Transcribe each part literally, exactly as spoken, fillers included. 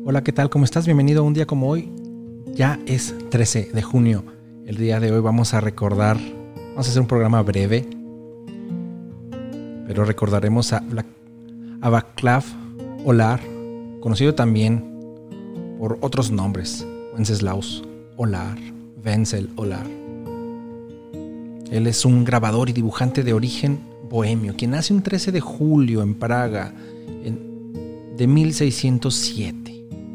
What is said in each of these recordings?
Hola, ¿qué tal? ¿Cómo estás? Bienvenido a un día como hoy. Ya es trece de junio. El día de hoy vamos a recordar, vamos a hacer un programa breve, pero recordaremos a, a Václav Olar, conocido también por otros nombres, Wenceslaus Olar, Wenzel Olar. Él es un grabador y dibujante de origen bohemio, quien nace un trece de julio en Praga en, de mil seiscientos siete.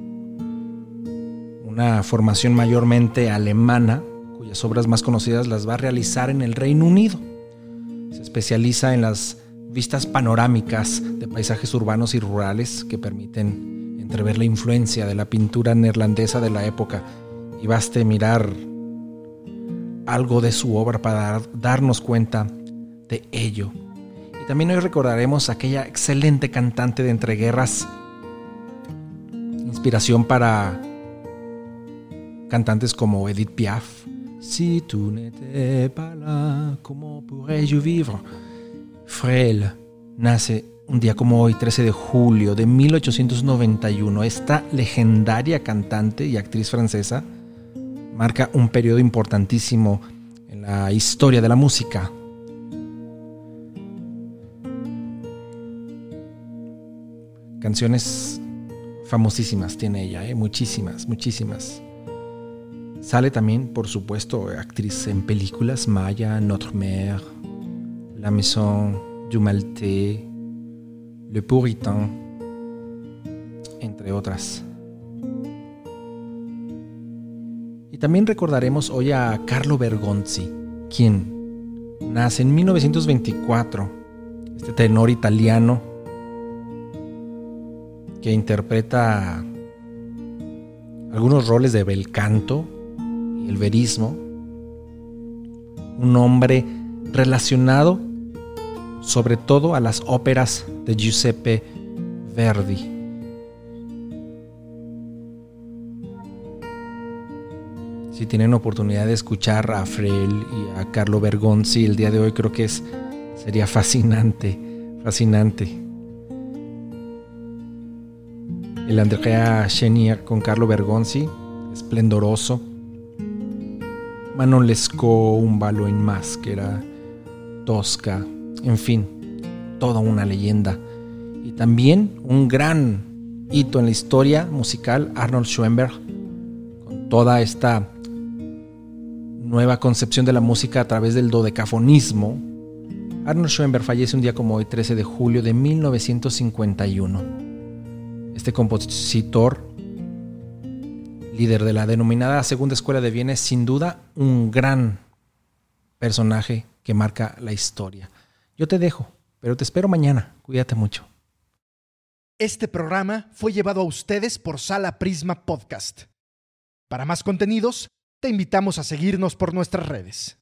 Una formación mayormente alemana, cuyas obras más conocidas las va a realizar en el Reino Unido. Se especializa en las vistas panorámicas de paisajes urbanos y rurales que permiten entrever la influencia de la pintura neerlandesa de la época, y baste mirar algo de su obra para dar, darnos cuenta de ello. Y también hoy recordaremos a aquella excelente cantante de entreguerras, inspiración para cantantes como Edith Piaf. Si tu n'étais pas là, comment pourrais-je vivre? Frêle nace un día como hoy, trece de julio de mil ochocientos noventa y uno. Esta legendaria cantante y actriz francesa marca un periodo importantísimo en la historia de la música. Canciones famosísimas tiene ella, ¿eh? muchísimas, muchísimas. Sale también, por supuesto, actriz en películas: Maya, Notre Mère, La Maison du Maltais, Le Puritain, entre otras. Y también recordaremos hoy a Carlo Bergonzi, quien nace en mil novecientos veinticuatro, este tenor italiano que interpreta algunos roles de bel canto y el verismo, un hombre relacionado sobre todo a las óperas de Giuseppe Verdi. Si tienen oportunidad de escuchar a Frêle y a Carlo Bergonzi el día de hoy, creo que es, sería fascinante, fascinante. El Andrea Chenier con Carlo Bergonzi, esplendoroso. Manon Lescaut, un balo en máscara, Tosca, en fin, toda una leyenda. Y también un gran hito en la historia musical, Arnold Schoenberg, con toda esta nueva concepción de la música a través del dodecafonismo. Arnold Schoenberg fallece un día como hoy, trece de julio de mil novecientos cincuenta y uno. Este compositor, líder de la denominada Segunda Escuela de Viena, es sin duda un gran personaje que marca la historia. Yo te dejo, pero te espero mañana. Cuídate mucho. Este programa fue llevado a ustedes por Sala Prisma Podcast. Para más contenidos, te invitamos a seguirnos por nuestras redes.